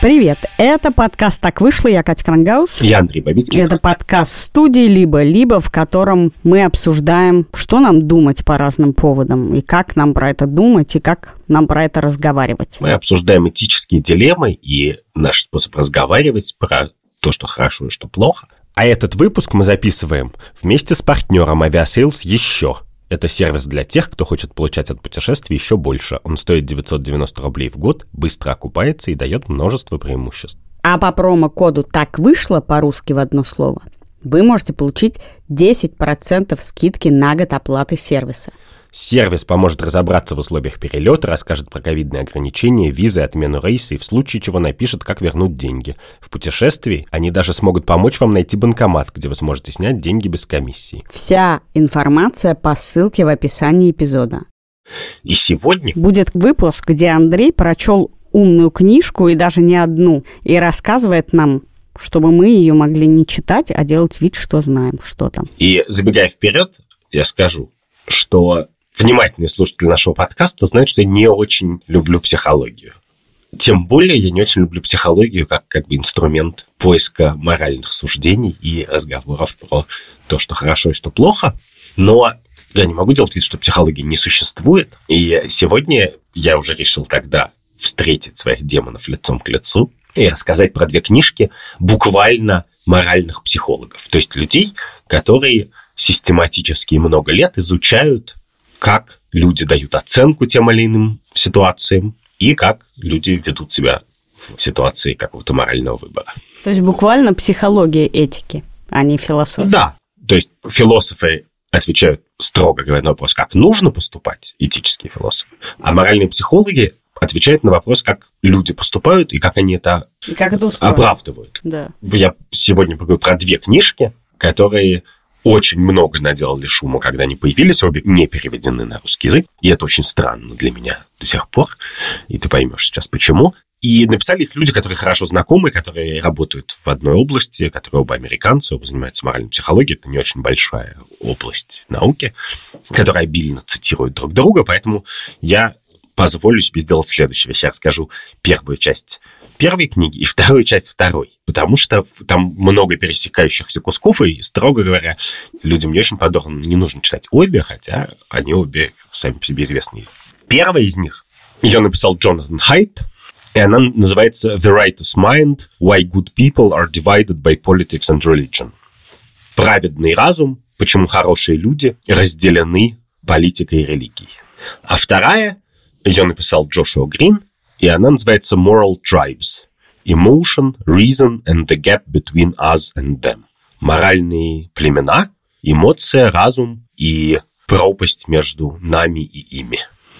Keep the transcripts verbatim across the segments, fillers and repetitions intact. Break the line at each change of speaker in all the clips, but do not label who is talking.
Привет, это подкаст «Так вышло», я Катя Крангаус.
Я Андрей Бабицкий.
Это подкаст студии «Либо-либо», в котором мы обсуждаем, что нам думать по разным поводам, и как нам про это думать, и как нам про это разговаривать.
Мы обсуждаем этические дилеммы и наш способ разговаривать про то, что хорошо и что плохо.
А этот выпуск мы записываем вместе с партнером Aviasales «Еще». Это сервис для тех, кто хочет получать от путешествий еще больше. Он стоит девятьсот девяносто рублей в год, быстро окупается и дает множество преимуществ.
А по промокоду «Так вышло» по-русски в одно слово вы можете получить десять процентов скидки на год оплаты сервиса.
Сервис поможет разобраться в условиях перелета, расскажет про ковидные ограничения, визы, отмену рейса и в случае чего напишет, как вернуть деньги. В путешествии они даже смогут помочь вам найти банкомат, где вы сможете снять деньги без комиссии.
Вся информация по ссылке в описании эпизода.
И сегодня
будет выпуск, где Андрей прочел умную книжку, и даже не одну, и рассказывает нам, чтобы мы ее могли не читать, а делать вид, что знаем, что там.
И забегая вперед, я скажу, что внимательные слушатели нашего подкаста знают, что я не очень люблю психологию. Тем более я не очень люблю психологию как, как бы инструмент поиска моральных суждений и разговоров про то, что хорошо и что плохо. Но я не могу делать вид, что психологии не существует. И сегодня я уже решил тогда встретить своих демонов лицом к лицу и рассказать про две книжки буквально моральных психологов. То есть людей, которые систематически много лет изучают, как люди дают оценку тем или иным ситуациям и как люди ведут себя в ситуации какого-то морального выбора.
То есть буквально психология этики, а не философия.
Да, то есть философы отвечают, строго говоря, на вопрос, как нужно поступать, этические философы, а моральные психологи отвечают на вопрос, как люди поступают и как они это,
и как это
оправдывают.
Да.
Я сегодня поговорю про две книжки, которые очень много наделали шума, когда они появились, обе не переведены на русский язык. И это очень странно для меня до сих пор. И ты поймешь сейчас, почему. И написали их люди, которые хорошо знакомы, которые работают в одной области, которые оба американцы, оба занимаются моральной психологией. Это не очень большая область науки, которая обильно цитирует друг друга. Поэтому я позволю себе сделать следующее. Я расскажу первую часть первой книги и вторую часть второй, потому что там много пересекающихся кусков, и, строго говоря, людям не очень подобно, не нужно читать обе, хотя они обе сами по себе известные. Первая из них, ее написал Джонатан Хайт, и она называется «The Righteous Mind. Why Good People Are Divided by Politics and Religion». «Праведный разум. Почему хорошие люди разделены политикой и религией». А вторая, ее написал Джошуа Грин, и она называется «Moral Tribes. Emotion, Reason and the Gap Between Us and Them». Моральные племена, эмоция, разум и пропасть между нами и ими.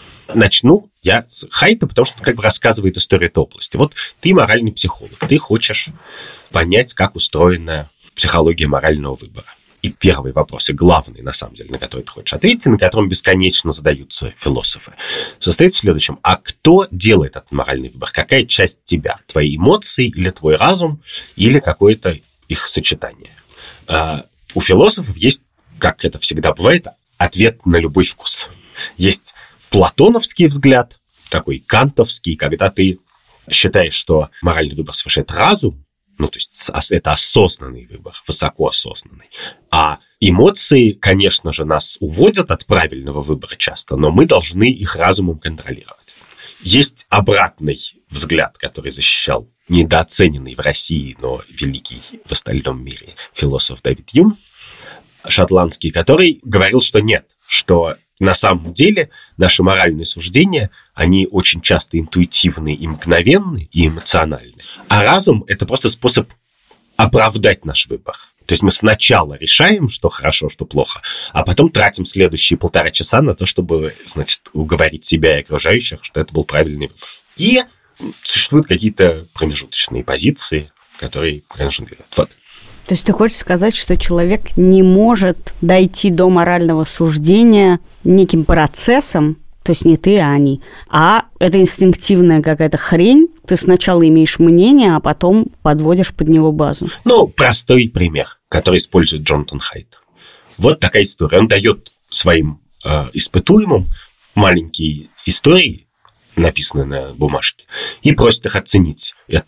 Начну я с Хайта, потому что он как бы рассказывает историю этой области. Вот ты моральный психолог, ты хочешь понять, как устроена психология морального выбора. И первый вопрос, и главный, на самом деле, на который ты хочешь ответить, на котором бесконечно задаются философы, состоит в следующем. А кто делает этот моральный выбор? Какая часть тебя? Твои эмоции или твой разум, или какое-то их сочетание? А, у философов есть, как это всегда бывает, ответ на любой вкус. Есть платоновский взгляд, такой кантовский, когда ты считаешь, что моральный выбор совершает разум, ну, то есть это осознанный выбор, высокоосознанный. А эмоции, конечно же, нас уводят от правильного выбора часто, но мы должны их разумом контролировать. Есть обратный взгляд, который защищал недооцененный в России, но великий в остальном мире философ Дэвид Юм, шотландский, который говорил, что нет, что на самом деле наши моральные суждения, они очень часто интуитивны и мгновенны, и эмоциональны. А разум – это просто способ оправдать наш выбор. То есть мы сначала решаем, что хорошо, что плохо, а потом тратим следующие полтора часа на то, чтобы, значит, уговорить себя и окружающих, что это был правильный выбор. И существуют какие-то промежуточные позиции, которые, конечно, делают. Вот.
То есть ты хочешь сказать, что человек не может дойти до морального суждения неким процессом, то есть не ты, а они, а это инстинктивная какая-то хрень, ты сначала имеешь мнение, а потом подводишь под него базу.
Ну, простой пример, который использует Джонатан Хайт. Вот такая история. Он дает своим э, испытуемым маленькие истории, написанные на бумажке, и просит их оценить, это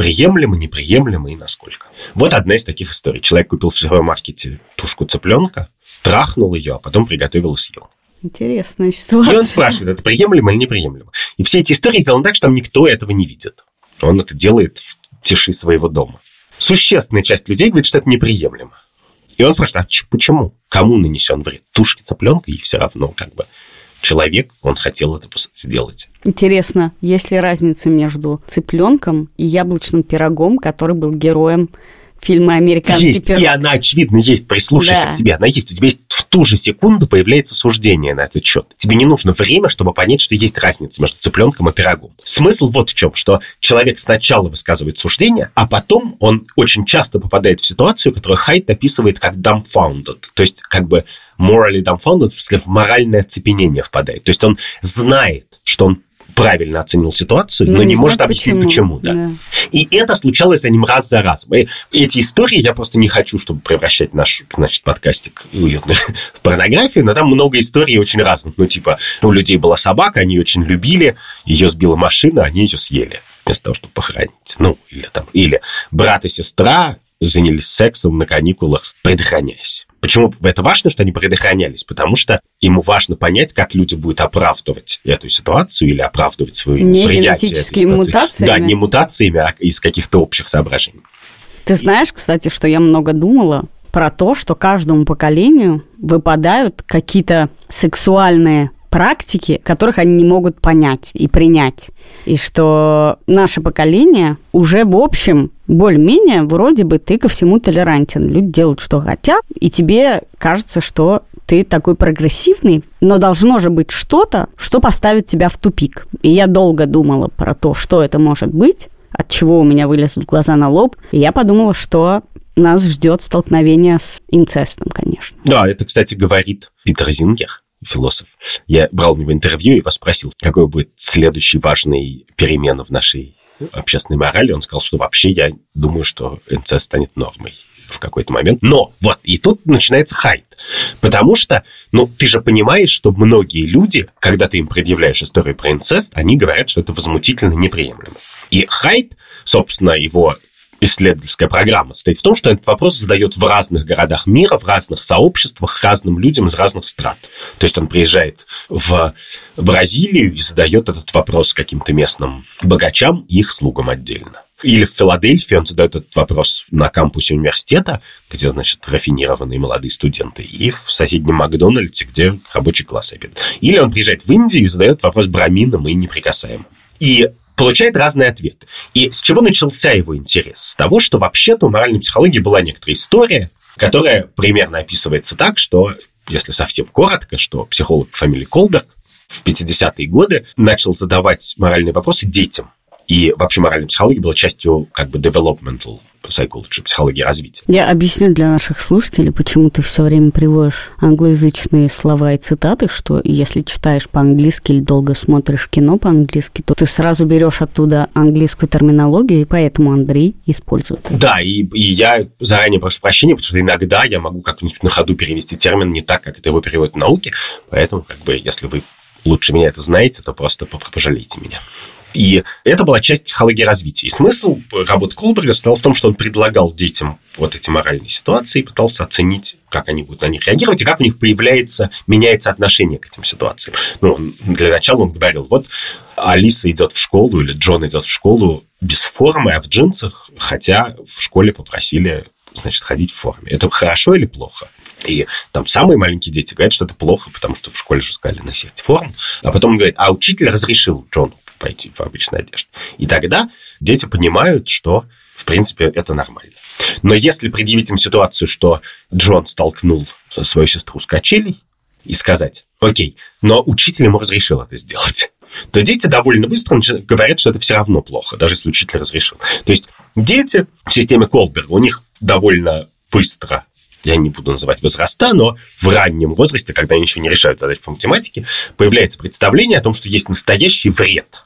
приемлемо, неприемлемо и насколько. Вот одна из таких историй. Человек купил в супермаркете тушку цыпленка, трахнул ее, а потом приготовил и съел.
Интересная ситуация.
И он спрашивает, это приемлемо или неприемлемо. И все эти истории сделаны так, что там никто этого не видит. Он это делает в тиши своего дома. Существенная часть людей говорит, что это неприемлемо. И он спрашивает, а почему? Кому нанесен вред? Тушке цыпленка, и все равно как бы человек, он хотел это сделать.
Интересно, есть ли разница между цыпленком и яблочным пирогом, который был героем фильма «Американский
есть,
пирог»?
И она, очевидно, есть. Прислушайся
да.
к себе. Она есть. У тебя есть в ту же секунду появляется суждение на этот счет. Тебе не нужно время, чтобы понять, что есть разница между цыпленком и пирогом. Смысл вот в чем, что человек сначала высказывает суждение, а потом он очень часто попадает в ситуацию, которую Хайд описывает как dumbfounded. То есть как бы morally dumbfounded, в смысле в моральное оцепенение впадает. То есть он знает, что он правильно оценил ситуацию, но, но не, не может объяснить, почему. почему да. Да. И это случалось с ним раз за разом. И эти истории я просто не хочу, чтобы превращать наш, значит, подкастик уютный в порнографию, но там много историй очень разных. Ну, типа, у людей была собака, они ее очень любили, ее сбила машина, они ее съели вместо того, чтобы похоронить. Ну, или там, или брат и сестра занялись сексом на каникулах, предохраняясь. Почему это важно, что они предохранялись? Потому что ему важно понять, как люди будут оправдывать эту ситуацию или оправдывать свое
не
неприятие. Не
генетическими мутациями?
Да, не мутациями, а из каких-то общих соображений.
Ты знаешь, кстати, что я много думала про то, что каждому поколению выпадают какие-то сексуальные практики, которых они не могут понять и принять. И что наше поколение уже, в общем, более-менее, вроде бы ты ко всему толерантен. Люди делают, что хотят, и тебе кажется, что ты такой прогрессивный, но должно же быть что-то, что поставит тебя в тупик. И я долго думала про то, что это может быть, от чего у меня вылезут глаза на лоб, и я подумала, что нас ждет столкновение с инцестом, конечно.
Да, это, кстати, говорит Питер Зингер, философ. Я брал у него интервью и его спросил, какой будет следующий важный перемена в нашей общественной морали. Он сказал, что вообще я думаю, что инцест станет нормой в какой-то момент. Но вот, и тут начинается Хайд. Потому что, ну, ты же понимаешь, что многие люди, когда ты им предъявляешь историю про инцест, они говорят, что это возмутительно неприемлемо. И Хайд, собственно, его исследовательская программа состоит в том, что этот вопрос задает в разных городах мира, в разных сообществах, разным людям из разных стран. То есть он приезжает в Бразилию и задает этот вопрос каким-то местным богачам и их слугам отдельно. Или в Филадельфии он задает этот вопрос на кампусе университета, где, значит, рафинированные молодые студенты, и в соседнем Макдональдсе, где рабочий класс обедает. Или он приезжает в Индию и задает вопрос браминам и неприкасаемым. И получает разные ответы. И с чего начался его интерес? С того, что вообще-то у моральной психологии была некоторая история, которая примерно описывается так, что, если совсем коротко, что психолог по фамилии Колберг в пятидесятые годы начал задавать моральные вопросы детям. И вообще моральная психология была частью как бы developmental psychology, психологии развития.
Я объясню для наших слушателей, почему ты все время приводишь англоязычные слова и цитаты, что если читаешь по-английски или долго смотришь кино по-английски, то ты сразу берешь оттуда английскую терминологию, и поэтому Андрей использует это.
Да, и, и я заранее прошу прощения, потому что иногда я могу как-нибудь на ходу перевести термин не так, как это его переводят в науке, поэтому, как бы, если вы лучше меня это знаете, то просто пожалейте меня. И это была часть психологии развития. И смысл работы Колберга состоял в том, что он предлагал детям вот эти моральные ситуации и пытался оценить, как они будут на них реагировать, и как у них появляется, меняется отношение к этим ситуациям. Ну, для начала он говорил, вот Алиса идет в школу, или Джон идет в школу без формы, а в джинсах, хотя в школе попросили, значит, ходить в форме. Это хорошо или плохо? И там самые маленькие дети говорят, что это плохо, потому что в школе же сказали носить форму. А потом он говорит, а учитель разрешил Джону пойти в обычной одежде. И тогда дети понимают, что, в принципе, это нормально. Но если предъявить им ситуацию, что Джон столкнул свою сестру с качелей, и сказать, окей, но учитель ему разрешил это сделать, то дети довольно быстро говорят, что это все равно плохо, даже если учитель разрешил. То есть дети в системе Колберга, у них довольно быстро, я не буду называть возраста, но в раннем возрасте, когда они еще не решают задачи по математике, появляется представление о том, что есть настоящий вред.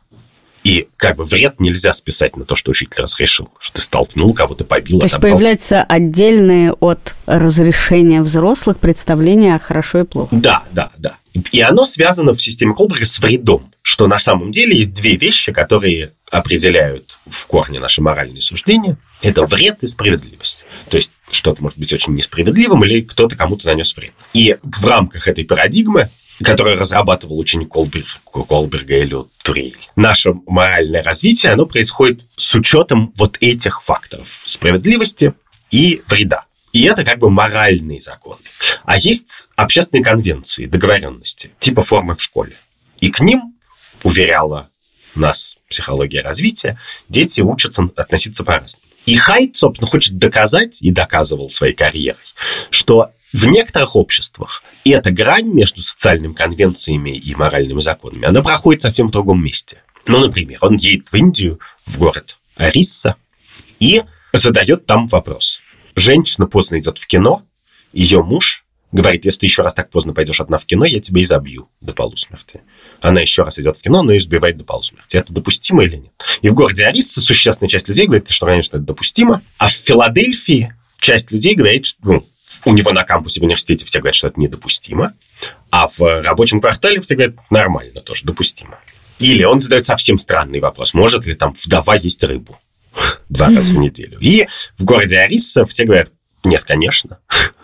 И как бы вред нельзя списать на то, что учитель разрешил, что ты столкнул, кого-то побил.
То есть появляются отдельные от разрешения взрослых представления о хорошо и плохо.
Да, да, да. И оно связано в системе Колберга с вредом, что на самом деле есть две вещи, которые определяют в корне наши моральные суждения, это вред и справедливость. То есть что-то может быть очень несправедливым или кто-то кому-то нанес вред. И в рамках этой парадигмы, которую разрабатывал ученик Колберг, Колберга или Турель, наше моральное развитие, оно происходит с учетом вот этих факторов справедливости и вреда. И это как бы моральные законы. А есть общественные конвенции, договоренности, типа формы в школе. И к ним, уверяла нас психология развития, дети учатся относиться по-разному. И Хайд, собственно, хочет доказать, и доказывал своей карьерой, что в некоторых обществах эта грань между социальными конвенциями и моральными законами, она проходит совсем в другом месте. Ну, например, он едет в Индию, в город Орисса, и задает там вопрос. Женщина поздно идет в кино, ее муж говорит, если ты еще раз так поздно пойдешь одна в кино, я тебя изобью до полусмерти. Она еще раз идет в кино, но ее избивает до полусмерти. Это допустимо или нет? И в городе Орисса существенная часть людей говорит, что, конечно, это допустимо. А в Филадельфии часть людей говорит, что ну, у него на кампусе в университете все говорят, что это недопустимо. А в рабочем квартале все говорят, нормально, тоже допустимо. Или он задает совсем странный вопрос. Может ли там вдова есть рыбу? Два раза в неделю. И в городе Орисса все говорят, нет, конечно.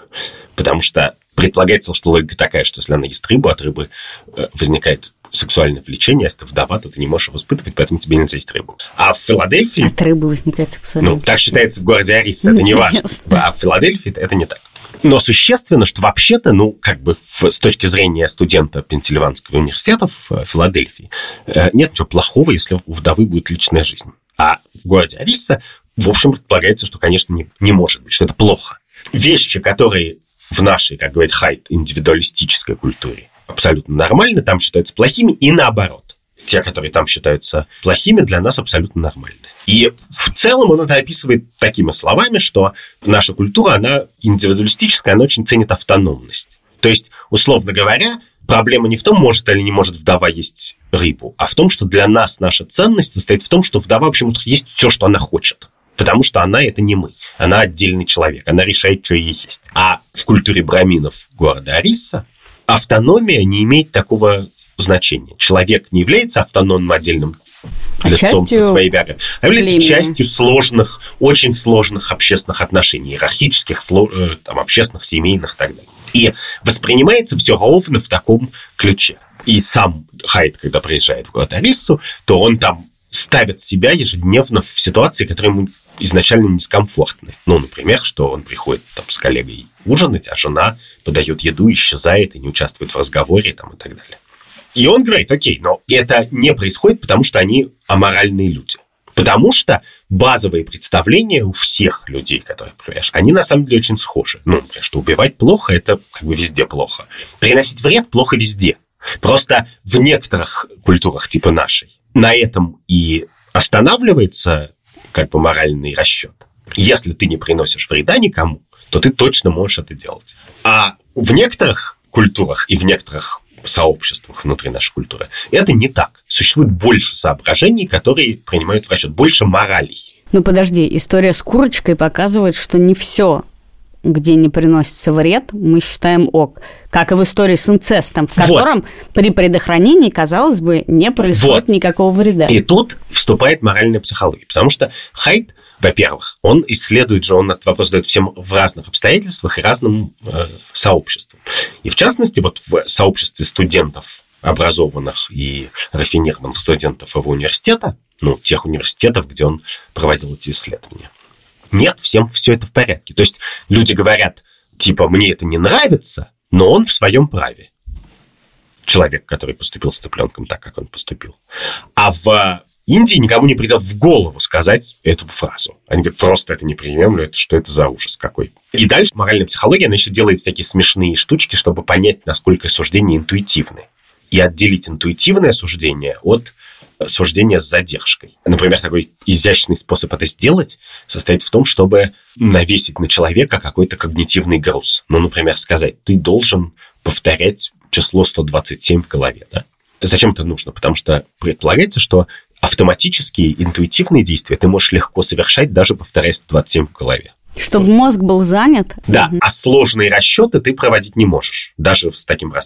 Потому что предполагается, что логика такая, что если она ест рыбу, от рыбы возникает сексуальное влечение, если ты вдова, то ты не можешь его испытывать, поэтому тебе нельзя есть рыбу. А в Филадельфии...
От рыбы возникает сексуальное влечение.
Ну, так считается в городе Орисса, это не важно. А в Филадельфии это не так. Но существенно, что вообще-то, ну, как бы в, с точки зрения студента Пенсильванского университета в Филадельфии, нет ничего плохого, если у вдовы будет личная жизнь. А в городе Орисса, в общем, предполагается, что, конечно, не, не может быть, что это плохо. Вещи, которые в нашей, как говорит Хайд, индивидуалистической культуре абсолютно нормальны, там считаются плохими, и наоборот. Те, которые там считаются плохими, для нас абсолютно нормальны. И в целом он это описывает такими словами, что наша культура, она индивидуалистическая, она очень ценит автономность. То есть, условно говоря, проблема не в том, может или не может вдова есть рыбу, а в том, что для нас наша ценность состоит в том, что вдова почему-то есть все, что она хочет. Потому что она – это не мы. Она отдельный человек. Она решает, что ей есть. А в культуре браминов города Орисса автономия не имеет такого значения. Человек не является автономным отдельным а лицом со своей вягой, а является племени. Частью сложных, очень сложных общественных отношений, иерархических, там, общественных, семейных и так далее. И воспринимается все ровно в таком ключе. И сам Хайд, когда приезжает в город Ориссу, то он там ставит себя ежедневно в ситуации, которые ему изначально дискомфортны. Ну, например, что он приходит там, с коллегой ужинать, а жена подает еду, исчезает и не участвует в разговоре там, и так далее. И он говорит, окей, но это не происходит, потому что они аморальные люди. Потому что базовые представления у всех людей, которые проверяешь, они на самом деле очень схожи. Ну, например, что убивать плохо, это как бы везде плохо. Приносить вред плохо везде. Просто в некоторых культурах типа нашей на этом и останавливается как бы моральный расчет. Если ты не приносишь вреда никому, то ты точно можешь это делать. А в некоторых культурах и в некоторых сообществах внутри нашей культуры это не так. Существует больше соображений, которые принимают в расчет, больше моралей.
Ну, подожди, история с курочкой показывает, что не все, где не приносится вред, мы считаем ок. Как и в истории с инцестом, в котором вот. При предохранении, казалось бы, не происходит вот. Никакого вреда.
И тут вступает моральная психология. Потому что Хайд, во-первых, он исследует же, он этот вопрос задает всем в разных обстоятельствах и разным э, сообществам. И в частности, вот в сообществе студентов, образованных и рафинированных студентов его университета, ну, тех университетов, где он проводил эти исследования, нет, всем все это в порядке. То есть люди говорят, типа, мне это не нравится, но он в своем праве. Человек, который поступил с цыпленком так, как он поступил. А в Индии никому не придет в голову сказать эту фразу. Они говорят, просто это не приемлю, это что это за ужас какой. И дальше моральная психология, она еще делает всякие смешные штучки, чтобы понять, насколько суждения интуитивны. И отделить интуитивное суждение от суждения с задержкой. Например, такой изящный способ это сделать состоит в том, чтобы навесить на человека какой-то когнитивный груз. Ну, например, сказать, ты должен повторять число сто двадцать семь в голове. Да? Зачем это нужно? Потому что предполагается, что автоматические, интуитивные действия ты можешь легко совершать, даже повторяя сто двадцать семь в голове.
Чтобы мозг был занят.
Да, угу. А сложные расчеты ты проводить не можешь, даже с таким простым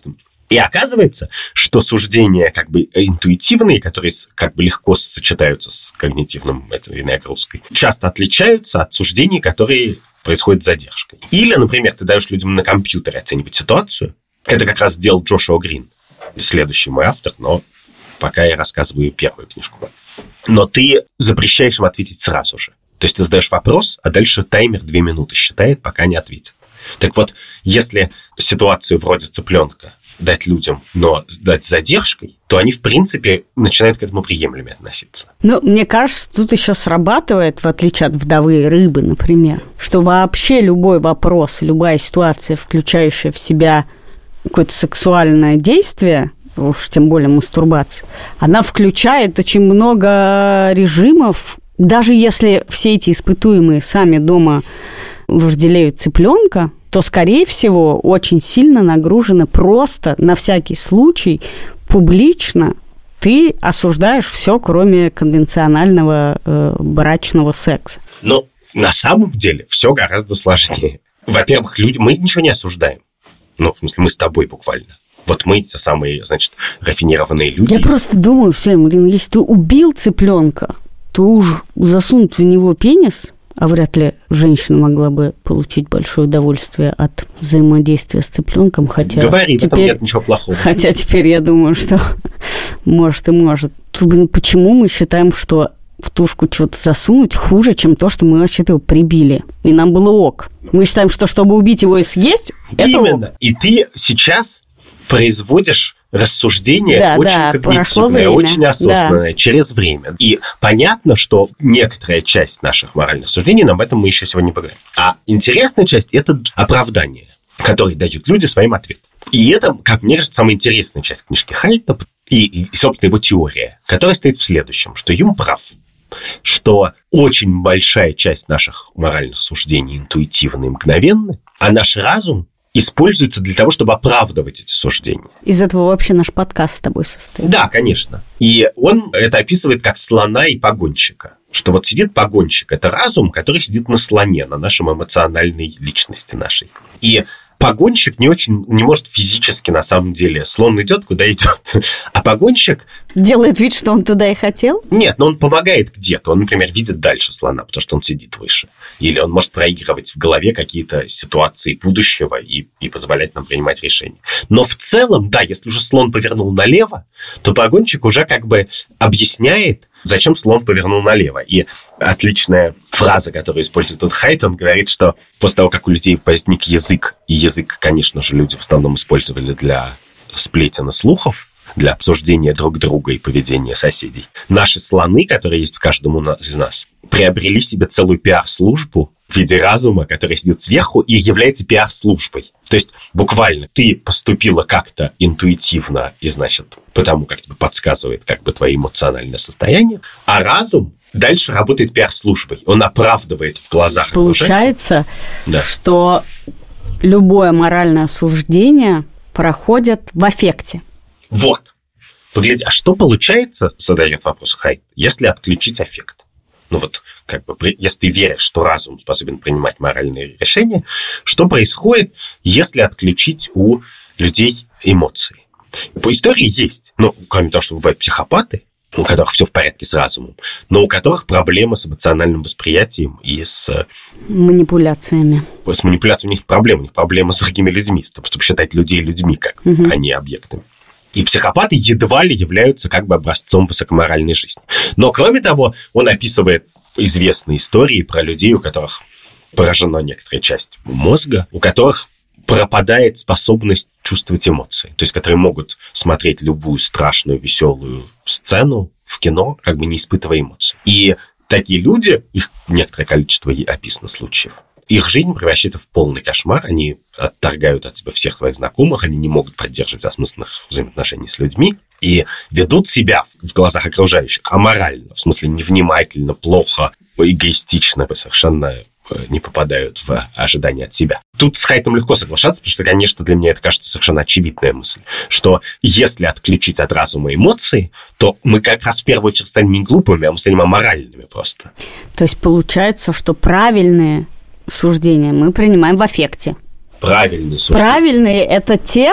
И оказывается, что суждения как бы интуитивные, которые как бы легко сочетаются с когнитивным этой нагрузкой, часто отличаются от суждений, которые происходят с задержкой. Или, например, ты даешь людям на компьютере оценивать ситуацию. Это как раз сделал Джошуа Грин, следующий мой автор, но пока я рассказываю первую книжку. Но ты запрещаешь им ответить сразу же. То есть ты задаешь вопрос, а дальше таймер две минуты считает, пока не ответит. Так вот, если ситуацию вроде цыпленка дать людям, но дать с задержкой, то они, в принципе, начинают к этому приемлемо относиться.
Ну, мне кажется, тут еще срабатывает, в отличие от вдовы рыбы, например, что вообще любой вопрос, любая ситуация, включающая в себя какое-то сексуальное действие, уж тем более мастурбация, она включает очень много режимов, даже если все эти испытуемые сами дома вожделеют цыпленка, то, скорее всего, очень сильно нагружены просто на всякий случай публично. Ты осуждаешь все, кроме конвенционального э, брачного секса.
Но на самом деле все гораздо сложнее. Во-первых, люди, мы ничего не осуждаем. Ну, в смысле, мы с тобой буквально. Вот мы те самые, значит, рафинированные люди.
Я просто думаю, все, блин, если ты убил цыпленка, то уж засунуть в него пенис, а вряд ли женщина могла бы получить большое удовольствие от взаимодействия с цыпленком, хотя...
Говори,
теперь,
в этом нет ничего плохого.
Хотя теперь я думаю, что может и может. Почему мы считаем, что в тушку что-то засунуть хуже, чем то, что мы вообще-то его прибили, и нам было ок? Мы считаем, что чтобы убить его и съесть, это
Именно.
ок.
И ты сейчас производишь рассуждение
да,
очень
да,
когнитивное, очень осознанное, да. через время. И понятно, что некоторая часть наших моральных суждений, но об этом мы еще сегодня поговорим. А интересная часть – это оправдание, которое дают люди своим ответам. И это, как мне кажется, самая интересная часть книжки Хайта и, и, собственно, его теория, которая стоит в следующем, что Юм прав, что очень большая часть наших моральных суждений интуитивны и мгновенны, а наш разум используется для того, чтобы оправдывать эти суждения.
Из этого вообще наш подкаст с тобой состоит.
Да, конечно. И он это описывает как слона и погонщика. Что вот сидит погонщик – это разум, который сидит на слоне, на нашем эмоциональной личности нашей. И погонщик не очень, не может физически, на самом деле. Слон идет, куда идет. А погонщик...
Делает вид, что он туда и хотел?
Нет, но он помогает где-то. Он, например, видит дальше слона, потому что он сидит выше. Или он может проигрывать в голове какие-то ситуации будущего и, и позволять нам принимать решения. Но в целом, да, если уже слон повернул налево, то погонщик уже как бы объясняет, зачем слон повернул налево. И отличная фраза, которую использует тут Хайтон, говорит, что после того, как у людей возник язык, и язык, конечно же, люди в основном использовали для сплетен и слухов, для обсуждения друг друга и поведения соседей, наши слоны, которые есть в каждом из нас, приобрели себе целую пиар-службу в виде разума, который сидит сверху и является пиар-службой. То есть буквально ты поступила как-то интуитивно и, значит, потому как тебе подсказывает как бы твое эмоциональное состояние, а разум дальше работает пиар-службой. Он оправдывает в глазах.
Получается,
да.
что любое моральное суждение проходит в аффекте.
Вот. Погляди, а что получается, задает вопрос Хайт, если отключить аффект? Ну вот, как бы, если ты веришь, что разум способен принимать моральные решения, что происходит, если отключить у людей эмоции? По истории есть, ну, кроме того, что бывают психопаты, у которых все в порядке с разумом, но у которых проблемы с эмоциональным восприятием и с...
манипуляциями.
С манипуляцией у них проблемы, у них проблемы с другими людьми, чтобы считать людей людьми, как, угу. а не объектами. И психопаты едва ли являются как бы образцом высокоморальной жизни. Но, кроме того, он описывает известные истории про людей, у которых поражена некоторая часть мозга, у которых пропадает способность чувствовать эмоции. То есть, которые могут смотреть любую страшную, веселую сцену в кино, как бы не испытывая эмоций. И такие люди, их некоторое количество описано случаев, их жизнь превращается в полный кошмар, они отторгают от себя всех своих знакомых, они не могут поддерживать осмысленных взаимоотношений с людьми и ведут себя в глазах окружающих аморально, в смысле невнимательно, плохо, эгоистично, совершенно не попадают в ожидания от себя. Тут с Хайтом легко соглашаться, потому что, конечно, для меня это кажется совершенно очевидная мысль, что если отключить от разума эмоции, то мы как раз в первую очередь станем не глупыми, а мы станем аморальными просто.
То есть получается, что правильные суждения мы принимаем в аффекте.
Правильные суждения.
Правильные – это те,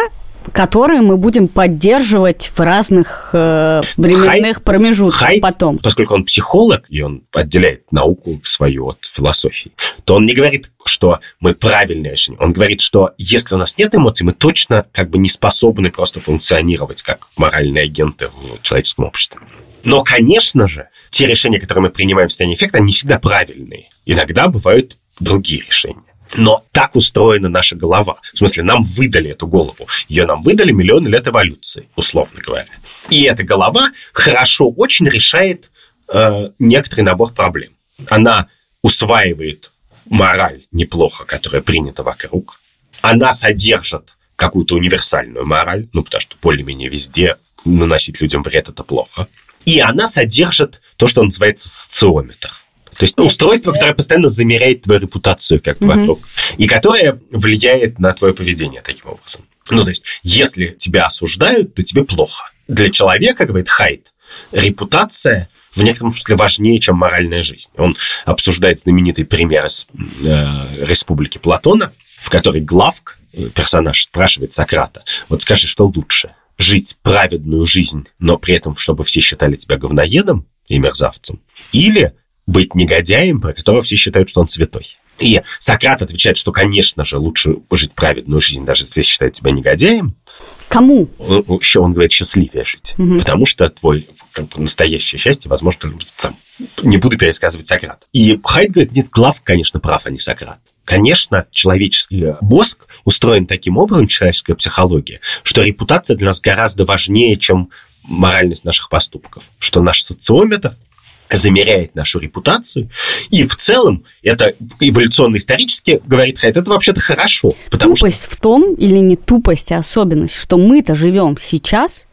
которые мы будем поддерживать в разных э, временных Хайд, промежутках
Хайд,
потом.
Поскольку он психолог, и он отделяет науку свою от философии, то он не говорит, что мы правильное решение. Он говорит, что если у нас нет эмоций, мы точно как бы не способны просто функционировать как моральные агенты в человеческом обществе. Но, конечно же, те решения, которые мы принимаем в состоянии эффекта, они всегда правильные. Иногда бывают другие решения. Но так устроена наша голова. В смысле, нам выдали эту голову. Ее нам выдали миллионы лет эволюции, условно говоря. И эта голова хорошо очень решает э, некоторый набор проблем. Она усваивает мораль неплохо, которая принята вокруг. Она содержит какую-то универсальную мораль, ну, потому что более-менее везде наносить людям вред – это плохо. И она содержит то, что называется социометр. То есть устройство, которое постоянно замеряет твою репутацию как бы вокруг, и которое влияет на твое поведение таким образом. Ну, то есть, если тебя осуждают, то тебе плохо. Для человека, говорит Хайд, репутация в некотором смысле важнее, чем моральная жизнь. Он обсуждает знаменитый пример из э, «Республики Платона», в которой Главк, персонаж, спрашивает Сократа, вот скажи, что лучше? Жить праведную жизнь, но при этом, чтобы все считали тебя говноедом и мерзавцем, или быть негодяем, про которого все считают, что он святой. И Сократ отвечает, что, конечно же, лучше жить праведную жизнь, даже если все считают тебя негодяем.
Кому?
Еще он говорит, счастливее жить. Угу. Потому что твой как бы, настоящее счастье, возможно, там, не буду пересказывать Сократа. И Хайд говорит, нет, Главк, конечно, прав, а не Сократ. Конечно, человеческий мозг устроен таким образом, человеческая психология, что репутация для нас гораздо важнее, чем моральность наших поступков. Что наш социометр замеряет нашу репутацию, и в целом это эволюционно-исторически, говорит Хайд, это вообще-то хорошо.
Тупость что... в том, или не тупость, а особенность, что мы-то живем сейчас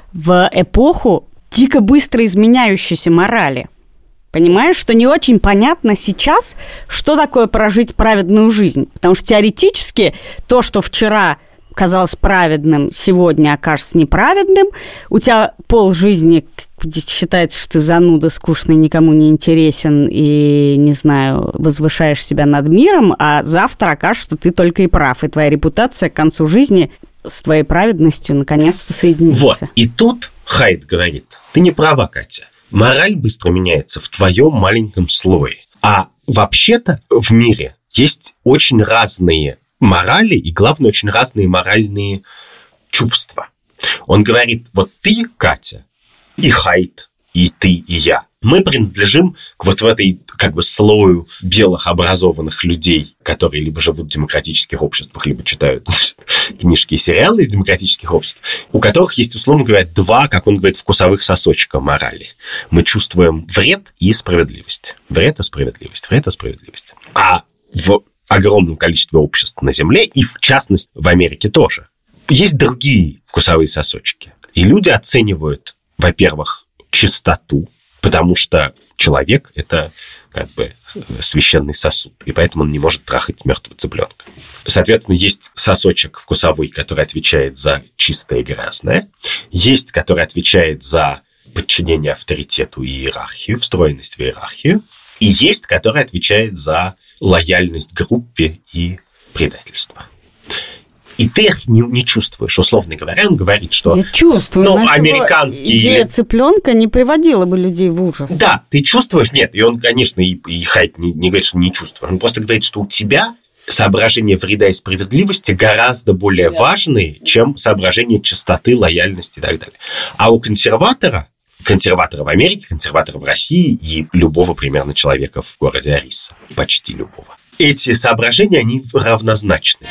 в эпоху дико быстро изменяющейся морали. Понимаешь, что не очень понятно сейчас, что такое прожить праведную жизнь. Потому что теоретически то, что вчера казалось праведным, сегодня окажется неправедным. У тебя полжизни считается, что ты зануда, скучный, никому не интересен и, не знаю, возвышаешь себя над миром, а завтра окажется, что ты только и прав, и твоя репутация к концу жизни с твоей праведностью наконец-то соединится.
Вот, и тут Хайд говорит, ты не права, Катя. Мораль быстро меняется в твоем маленьком слое. А вообще-то в мире есть очень разные морали и, главное, очень разные моральные чувства. Он говорит, вот ты, Катя, и Хайд, и ты, и я, мы принадлежим к вот в этой как бы слою белых образованных людей, которые либо живут в демократических обществах, либо читают книжки и сериалы из демократических обществ, у которых есть, условно говоря, два, как он говорит, вкусовых сосочка морали. Мы чувствуем вред и справедливость. Вред и справедливость. Вред и справедливость. А в огромном количестве обществ на Земле, и в частности в Америке тоже, есть другие вкусовые сосочки. И люди оценивают, во-первых, чистоту, потому что человек – это как бы священный сосуд, и поэтому он не может трахать мертвого цыпленка. Соответственно, есть сосочек вкусовой, который отвечает за чистое и грязное, есть, который отвечает за подчинение авторитету и иерархию, встроенность в иерархию, и есть, который отвечает за лояльность группе и предательство. И ты их не, не чувствуешь. Условно говоря, он говорит, что...
Я чувствую.
Ну, американские...
Идея цыпленка не приводила бы людей в ужас.
Да, ты чувствуешь? Нет, и он, конечно, и, и Хайд не, не говорит, что не чувствуешь. Он просто говорит, что у тебя соображения вреда и справедливости гораздо более да. важные, чем соображения чистоты, лояльности и так далее. А у консерватора, консерватора в Америке, консерватора в России и любого примерно человека в городе Ариса, почти любого, эти соображения, они равнозначны.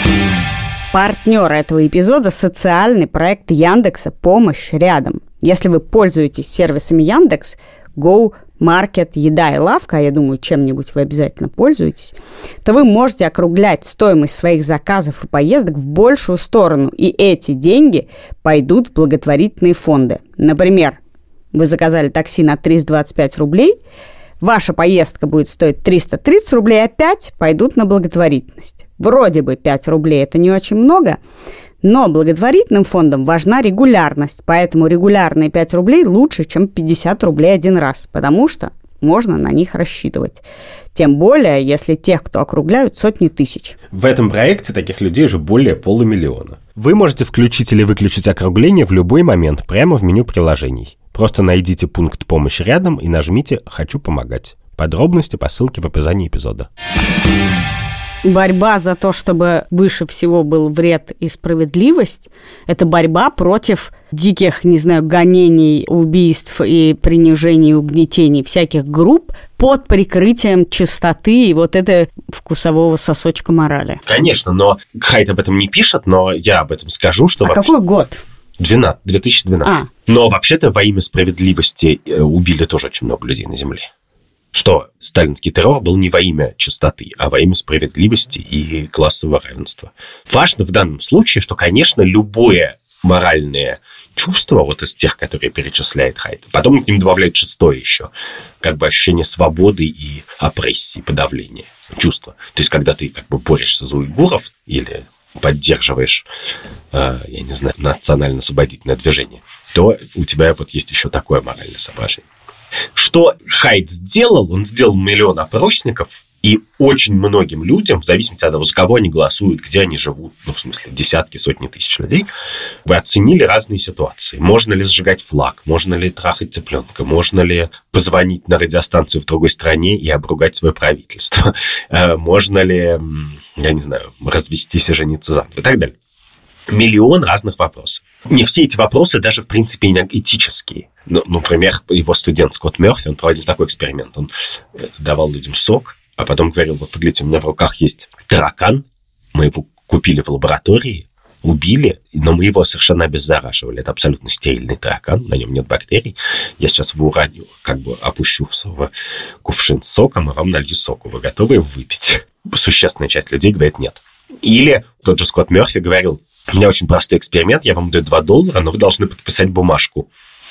Партнер этого эпизода – социальный проект Яндекса «Помощь рядом». Если вы пользуетесь сервисами Яндекс, Go, Market, Еда и Лавка, а я думаю, чем-нибудь вы обязательно пользуетесь, то вы можете округлять стоимость своих заказов и поездок в большую сторону, и эти деньги пойдут в благотворительные фонды. Например, вы заказали такси на триста двадцать пять рублей, ваша поездка будет стоить триста тридцать рублей, а пять пойдут на благотворительность. Вроде бы пять рублей – это не очень много, но благотворительным фондам важна регулярность, поэтому регулярные пять рублей лучше, чем пятьдесят рублей один раз, потому что можно на них рассчитывать. Тем более, если тех, кто округляют, сотни тысяч.
В этом проекте таких людей уже более полумиллиона. Вы можете включить или выключить округление в любой момент прямо в меню приложений. Просто найдите пункт помощи рядом и нажмите «Хочу помогать». Подробности по ссылке в описании эпизода.
Борьба за то, чтобы выше всего был вред и справедливость, это борьба против диких, не знаю, гонений, убийств и принижений, угнетений всяких групп под прикрытием чистоты и вот этого вкусового сосочка морали.
Конечно, но Хайд об этом не пишет, но я об этом скажу, что...
А
вообще...
какой год?
две тысячи двенадцатый. А. Но вообще-то во имя справедливости убили тоже очень много людей на Земле. Что сталинский террор был не во имя чистоты, а во имя справедливости и классового равенства. Важно в данном случае, что, конечно, любое моральное чувство, вот из тех, которые перечисляет Хайд, потом к ним добавляет шестое еще, как бы ощущение свободы и опрессии, подавления чувства. То есть, когда ты как бы борешься за уйгуров или поддерживаешь, э, я не знаю, национально-освободительное движение, то у тебя вот есть еще такое моральное соображение. Что Хайд сделал? Он сделал миллион опросников, и очень многим людям, в зависимости от того, за кого они голосуют, где они живут, ну, в смысле, десятки, сотни тысяч людей, вы оценили разные ситуации. Можно ли сжигать флаг? Можно ли трахать цыпленка? Можно ли позвонить на радиостанцию в другой стране и обругать свое правительство? Можно ли, я не знаю, развестись и жениться заново? И так далее. Миллион разных вопросов. Не все эти вопросы даже, в принципе, этические. Ну, например, его студент Скотт Мерфи, он проводил такой эксперимент. Он давал людям сок, а потом говорил: вот, поглядите, у меня в руках есть таракан, мы его купили в лаборатории, убили, но мы его совершенно обеззараживали. Это абсолютно стерильный таракан, на нем нет бактерий. Я сейчас его ураню, как бы опущу в кувшин с соком, и вам налью соку. Вы готовы его выпить? Существенная часть людей говорит нет. Или тот же Скотт Мерфи говорил: у меня очень простой эксперимент, я вам даю два доллара, но вы должны подписать бумажку.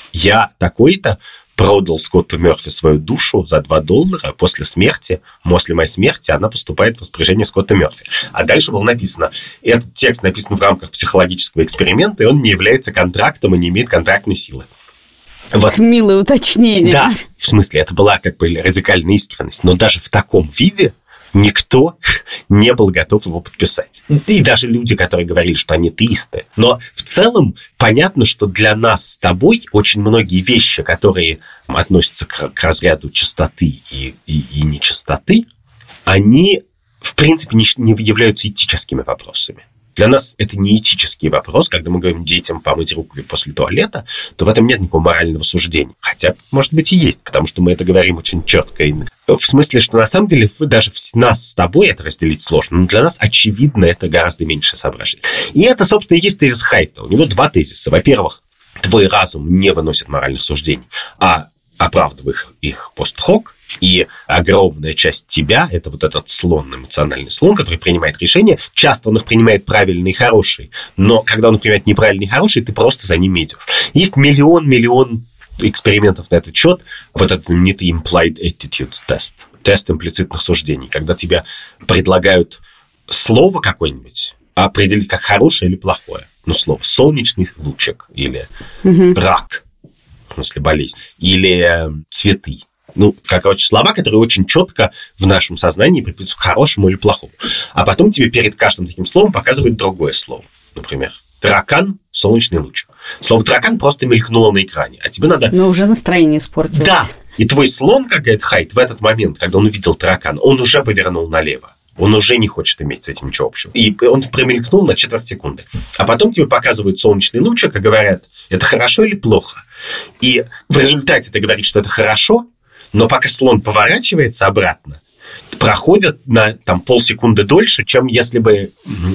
Я такой-то продал Скотту Мерфи свою душу за два доллара после смерти. После моей смерти она поступает в распоряжение Скотта Мерфи. А дальше было написано: этот текст написан в рамках психологического эксперимента, и он не является контрактом и не имеет контрактной силы. Вот.
Милое уточнение.
Да, в смысле, это была как бы радикальная искренность. Но даже в таком виде никто не был готов его подписать. И даже люди, которые говорили, что они теисты. Но в целом понятно, что для нас с тобой очень многие вещи, которые относятся к, к разряду чистоты и, и, и нечистоты, они, в принципе, не, не являются этическими вопросами. Для нас это не этический вопрос. Когда мы говорим детям помыть руки после туалета, то в этом нет никакого морального суждения. Хотя, может быть, и есть, потому что мы это говорим очень четко. В смысле, что на самом деле даже нас с тобой это разделить сложно, но для нас, очевидно, это гораздо меньше соображений. И это, собственно, и есть тезис Хайда. У него два тезиса. Во-первых, твой разум не выносит моральных суждений, а оправдывает их постхок. И огромная часть тебя, это вот этот слон, эмоциональный слон, который принимает решения. Часто он их принимает правильные и хорошие, но когда он принимает неправильные и хорошие, ты просто за ними идешь. Есть миллион-миллион экспериментов на этот счет. Вот этот знаменитый Implied Attitudes Test, тест имплицитных суждений, когда тебе предлагают слово какое-нибудь определить как хорошее или плохое. Ну, слово «солнечный лучик» или mm-hmm. «рак», в смысле болезнь, или «цветы». Ну, как, короче, слова, которые очень четко в нашем сознании приписывают к хорошему или плохому. А потом тебе перед каждым таким словом показывают другое слово. Например, таракан, солнечный луч. Слово таракан просто мелькнуло на экране, а тебе надо...
Но уже настроение испортилось.
Да, и твой слон, как говорит Хайд, в этот момент, когда он увидел таракан, он уже повернул налево. Он уже не хочет иметь с этим ничего общего. И он промелькнул на четверть секунды. А потом тебе показывают солнечный лучик и говорят, это хорошо или плохо. И в результате ты говоришь, что это хорошо, но пока слон поворачивается обратно, проходит на там, полсекунды дольше, чем если бы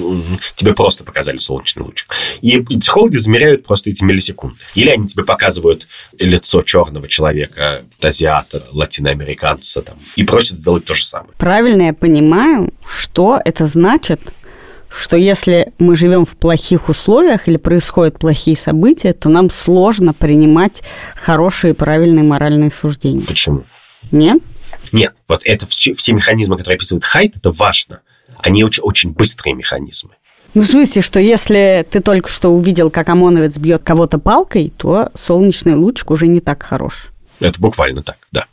тебе просто показали солнечный лучик. И психологи замеряют просто эти миллисекунды. Или они тебе показывают лицо черного человека, азиата, латиноамериканца, там, и просят сделать то же самое.
Правильно я понимаю, что это значит, что если мы живем в плохих условиях или происходят плохие события, то нам сложно принимать хорошие, правильные моральные суждения.
Почему?
Нет?
Нет, вот это все, все механизмы, которые описывает Хайд, это важно. Они очень, очень быстрые механизмы.
Ну, в смысле, что если ты только что увидел, как ОМОНовец бьет кого-то палкой, то солнечный лучик уже не так хорош.
Это буквально так, да.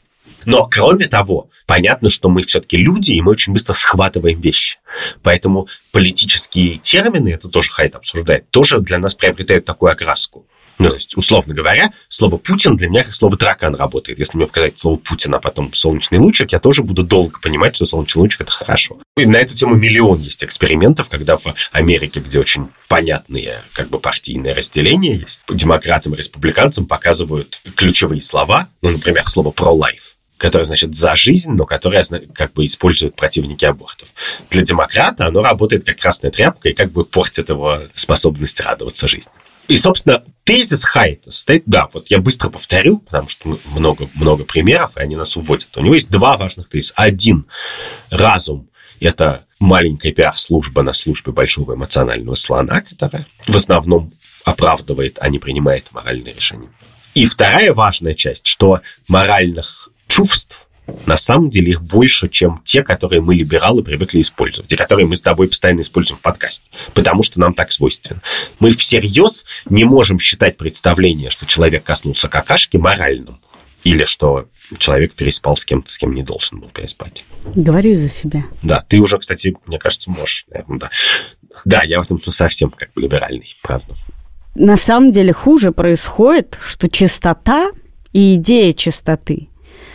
Но, кроме того, понятно, что мы все-таки люди, и мы очень быстро схватываем вещи. Поэтому политические термины, это тоже Хайд обсуждает, тоже для нас приобретают такую окраску. Ну, то есть, условно говоря, слово «Путин» для меня как слово «таракан» работает. Если мне показать слово «Путин», а потом «солнечный лучик», я тоже буду долго понимать, что солнечный лучик – это хорошо. И на эту тему миллион есть экспериментов, когда в Америке, где очень понятные как бы партийные разделения есть, демократам и республиканцам показывают ключевые слова, ну, например, слово «pro-life», которое значит «за жизнь», но которое как бы используют противники абортов. Для демократа оно работает как красная тряпка и как бы портит его способность радоваться жизни. И, собственно, тезис Хайда состоит, да, вот я быстро повторю, потому что много-много примеров, и они нас уводят. У него есть два важных тезиса. Один – разум – это маленькая пиар-служба на службе большого эмоционального слона, которая в основном оправдывает, а не принимает моральные решения. И вторая важная часть, что моральных чувств на самом деле их больше, чем те, которые мы, либералы, привыкли использовать, и которые мы с тобой постоянно используем в подкасте, потому что нам так свойственно. Мы всерьез не можем считать представление, что человек коснулся какашки, моральным, или что человек переспал с кем-то, с кем не должен был переспать.
Говори за себя.
Да, ты уже, кстати, мне кажется, можешь, наверное, да. Да, я в этом совсем как бы либеральный, правда.
На самом деле хуже происходит, что чистота и идея чистоты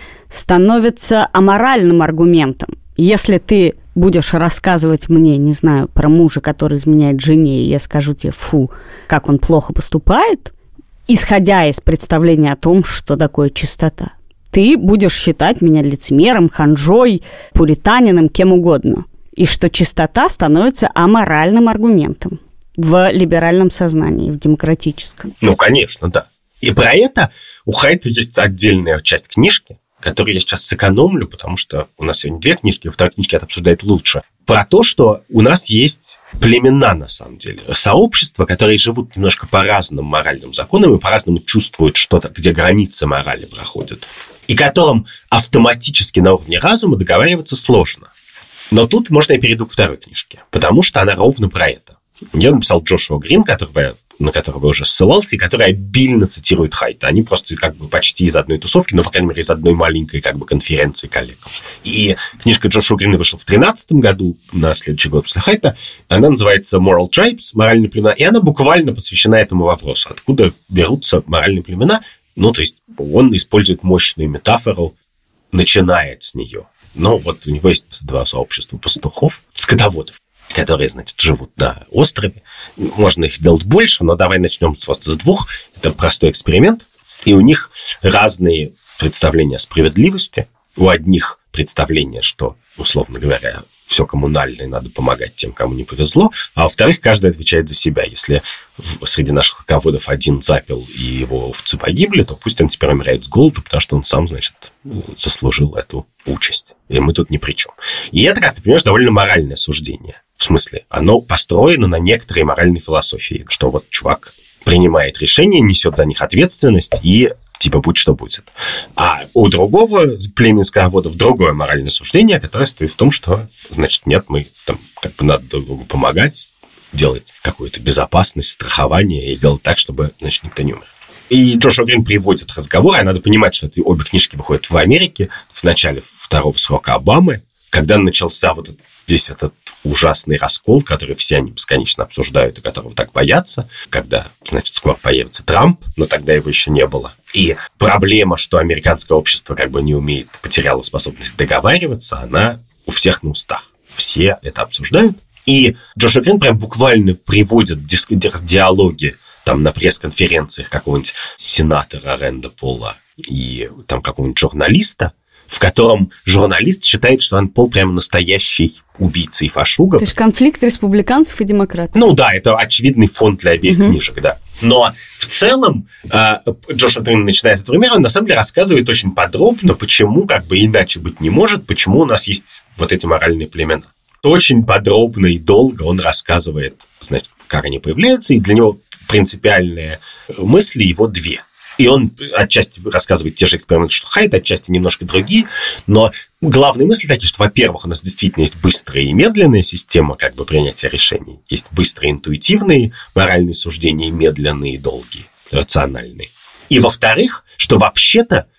становится аморальным аргументом. Если ты будешь рассказывать мне, не знаю, про мужа, который изменяет жене, и я скажу тебе, фу, как он плохо поступает, исходя из представления о том, что такое чистота, ты будешь считать меня лицемером, ханжой, пуританином, кем угодно. И что чистота становится аморальным аргументом в либеральном сознании, в демократическом.
Ну, конечно, да. И про это у Хайда есть отдельная часть книжки, который я сейчас сэкономлю, потому что у нас сегодня две книжки, во второй книжке это обсуждает лучше, про то, что у нас есть племена, на самом деле, сообщества, которые живут немножко по разным моральным законам и по-разному чувствуют что-то, где границы морали проходят, и которым автоматически на уровне разума договариваться сложно. Но тут можно я перейду к второй книжке, потому что она ровно про это. Я написал Джошуа Грин, которого я на которого я уже ссылался, и который обильно цитирует Хайда. Они просто как бы почти из одной тусовки, но, по крайней мере, из одной маленькой как бы конференции коллег. И книжка Джошуа Грина вышла в тринадцатом году, на следующий год после Хайда. Она называется «Moral Tribes», «Моральные племена», и она буквально посвящена этому вопросу. Откуда берутся моральные племена? Ну, то есть он использует мощную метафору, начинает с нее. Но вот у него есть два сообщества пастухов, скотоводов, которые, значит, живут на острове. Можно их сделать больше, но давай начнем просто с двух. Это простой эксперимент. И у них разные представления о справедливости. У одних представление, что, условно говоря, все коммунальное, надо помогать тем, кому не повезло. А во-вторых, каждый отвечает за себя. Если среди наших скотоводов один запил, и его овцы погибли, то пусть он теперь умирает с голоду, потому что он сам, значит, заслужил эту участь. И мы тут ни при чем. И это, как ты понимаешь, довольно моральное суждение. В смысле, оно построено на некоторой моральной философии, что вот чувак принимает решения, несет за них ответственность и типа будь что будет. А у другого племени скотоводов другое моральное суждение, которое стоит в том, что, значит, нет, мы там как бы надо друг другу помогать, делать какую-то безопасность, страхование и делать так, чтобы, значит, никто не умер. И Джошуа Грин приводит разговор, и надо понимать, что это обе книжки выходят в Америке в начале второго срока Обамы, когда начался вот этот, весь этот ужасный раскол, который все они бесконечно обсуждают и которого так боятся, когда, значит, скоро появится Трамп, но тогда его еще не было. И проблема, что американское общество как бы не умеет, потеряло способность договариваться, она у всех на устах. Все это обсуждают. И Джошуа Грин прям буквально приводит дис- диалоги там на пресс-конференциях какого-нибудь сенатора Рэнда Пола и там какого-нибудь журналиста, в котором журналист считает, что Ранд Пол прям настоящий убийца и фашуга.
То есть конфликт республиканцев и демократов.
Ну да, это очевидный фон для обеих угу. книжек, да. Но в целом э, Джошуа Грин, начиная с этого примера, он на самом деле рассказывает очень подробно, почему как бы иначе быть не может, почему у нас есть вот эти моральные племена. Очень подробно и долго он рассказывает, значит, как они появляются, и для него принципиальные мысли его две. И он отчасти рассказывает те же эксперименты, что Хайд, отчасти немножко другие, но главные мысли такие, что, во-первых, у нас действительно есть быстрая и медленная система как бы принятия решений. Есть быстрые интуитивные моральные суждения и медленные и долгие, рациональные. И, во-вторых, что вообще-то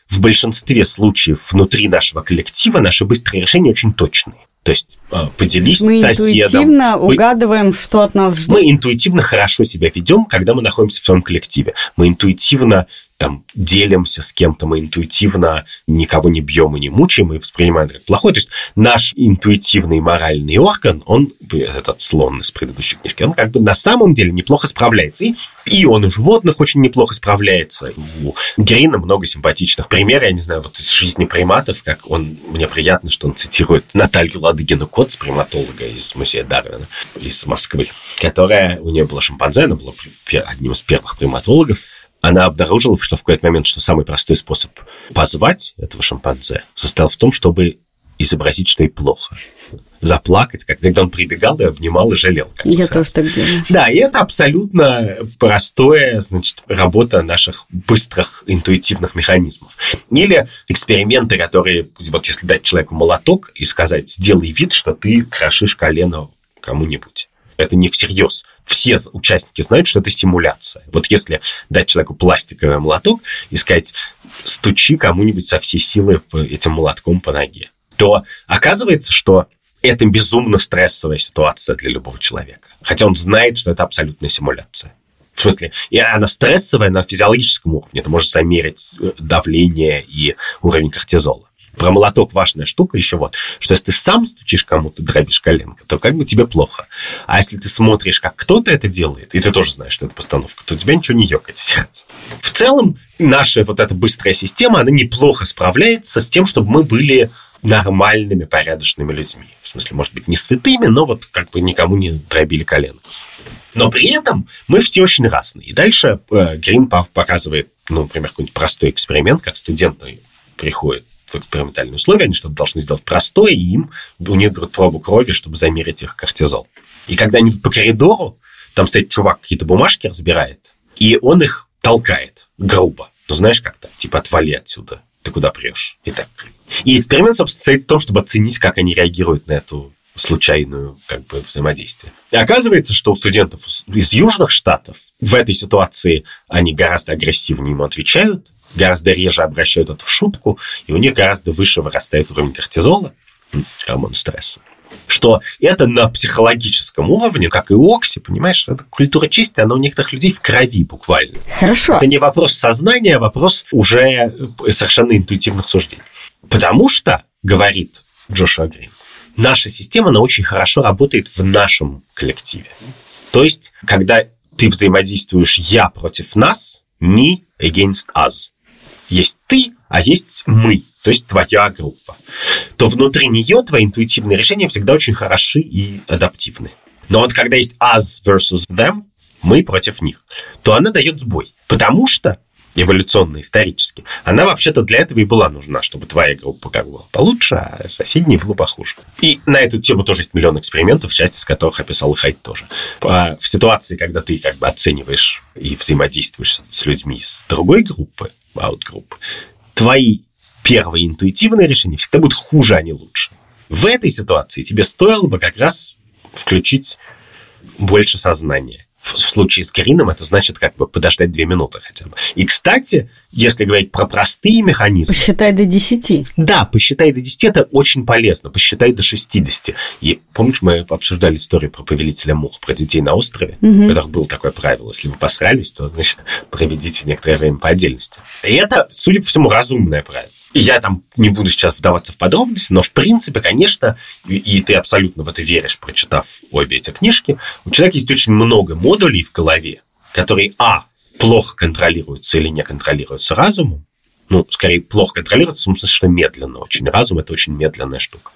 в большинстве случаев внутри нашего коллектива наши быстрые решения очень точные. То есть поделись
мы
с соседом.
Мы интуитивно угадываем, что от нас ждут.
Мы интуитивно хорошо себя ведем, когда мы находимся в своем коллективе. Мы интуитивно там, делимся с кем-то, мы интуитивно никого не бьем и не мучаем, и воспринимаем это как плохое. То есть наш интуитивный моральный орган, он, этот слон из предыдущей книжки, он как бы на самом деле неплохо справляется. И, и он у животных очень неплохо справляется. У Грина много симпатичных примеров. Я не знаю, вот из жизни приматов, как он, мне приятно, что он цитирует Наталью Ладыгину-Коц, приматолога из музея Дарвина, из Москвы, которая, у нее была шимпанзе, она была одним из первых приматологов. Она обнаружила, что в какой-то момент, что самый простой способ позвать этого шимпанзе состоял в том, чтобы изобразить, что ей плохо. Заплакать, когда он прибегал и обнимал и жалел.
Я тоже так делаю.
Да, и это абсолютно простая, значит, работа наших быстрых интуитивных механизмов. Или эксперименты, которые, вот если дать человеку молоток и сказать, сделай вид, что ты крошишь колено кому-нибудь. Это не всерьез. Все участники знают, что это симуляция. Вот если дать человеку пластиковый молоток и сказать, стучи кому-нибудь со всей силы этим молотком по ноге, то оказывается, что это безумно стрессовая ситуация для любого человека. Хотя он знает, что это абсолютная симуляция. В смысле, и она стрессовая на физиологическом уровне. Ты можешь замерить давление и уровень кортизола. Про молоток важная штука еще вот, что если ты сам стучишь кому-то, дробишь коленко, то как бы тебе плохо. А если ты смотришь, как кто-то это делает, и ты тоже знаешь, что это постановка, то у тебя ничего не ёкает в сердце. В целом, наша вот эта быстрая система, она неплохо справляется с тем, чтобы мы были нормальными, порядочными людьми. В смысле, может быть, не святыми, но вот как бы никому не дробили коленко. Но при этом мы все очень разные. И дальше э, Грин показывает, ну, например, какой-нибудь простой эксперимент, как студенты приходят в экспериментальные условия, они что-то должны сделать простое, и им, у них берут пробу крови, чтобы замерить их кортизол. И когда они идут по коридору, там стоит чувак, какие-то бумажки разбирает, и он их толкает грубо. Ну, знаешь, как-то, типа, отвали отсюда, ты куда прешь? И так. И эксперимент, собственно, состоит в том, чтобы оценить, как они реагируют на эту случайную, как бы, взаимодействие. И оказывается, что у студентов из южных штатов в этой ситуации они гораздо агрессивнее ему отвечают, гораздо реже обращают это в шутку, и у них гораздо выше вырастает уровень кортизола, гормон стресса. Что это на психологическом уровне, как и окси, понимаешь, это культура чести, она у некоторых людей в крови буквально.
Хорошо.
Это не вопрос сознания, а вопрос уже совершенно интуитивных суждений. Потому что, говорит Джошуа Грин, наша система, она очень хорошо работает в нашем коллективе. То есть, когда ты взаимодействуешь «я» против нас, me against us, есть ты, а есть мы, то есть твоя группа, то внутри нее твои интуитивные решения всегда очень хороши и адаптивны. Но вот когда есть us versus them, мы против них, то она дает сбой. Потому что эволюционно, исторически, она вообще-то для этого и была нужна, чтобы твоя группа как бы была получше, а соседней было похуже. И на эту тему тоже есть миллион экспериментов, часть из которых описал и Хайд тоже. В ситуации, когда ты как бы оцениваешь и взаимодействуешь с людьми из другой группы, аут-группы, твои первые интуитивные решения всегда будут хуже, а не лучше. В этой ситуации тебе стоило бы как раз включить больше сознания. В случае с Грином это значит как бы подождать две минуты хотя бы. И, кстати, если говорить про простые механизмы...
Посчитай до десяти.
Да, посчитай до десяти, это очень полезно. Посчитай до шестидесяти. И помнишь, мы обсуждали историю про повелителя мух, про детей на острове? Угу. У которых было такое правило. Если вы посрались, то, значит, проведите некоторое время по отдельности. И это, судя по всему, разумное правило. И я там не буду сейчас вдаваться в подробности, но, в принципе, конечно, и, и ты абсолютно в это веришь, прочитав обе эти книжки, у человека есть очень много модулей в голове, которые, а, плохо контролируются или не контролируются разумом, ну, скорее, плохо контролируются, в смысле, что медленно очень. Разум – это очень медленная штука.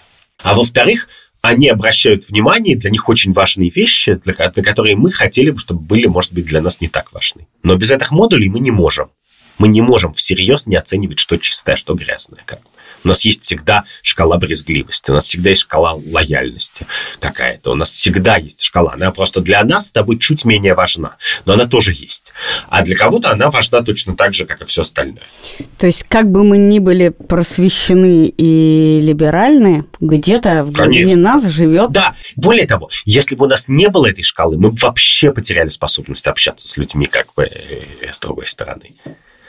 А во-вторых, они обращают внимание, для них очень важные вещи, для, для которые мы хотели бы, чтобы были, может быть, для нас не так важны. Но без этих модулей мы не можем. Мы не можем всерьез не оценивать, что чистое, что грязное. Как. У нас есть всегда шкала брезгливости, у нас всегда есть шкала лояльности какая-то, у нас всегда есть шкала. Она просто для нас с тобой чуть менее важна, но она тоже есть. А для кого-то она важна точно так же, как и все остальное.
То есть, как бы мы ни были просвещены и либеральны, где-то в глубине нас живет...
Да, более того, если бы у нас не было этой шкалы, мы бы вообще потеряли способность общаться с людьми как бы с другой стороны.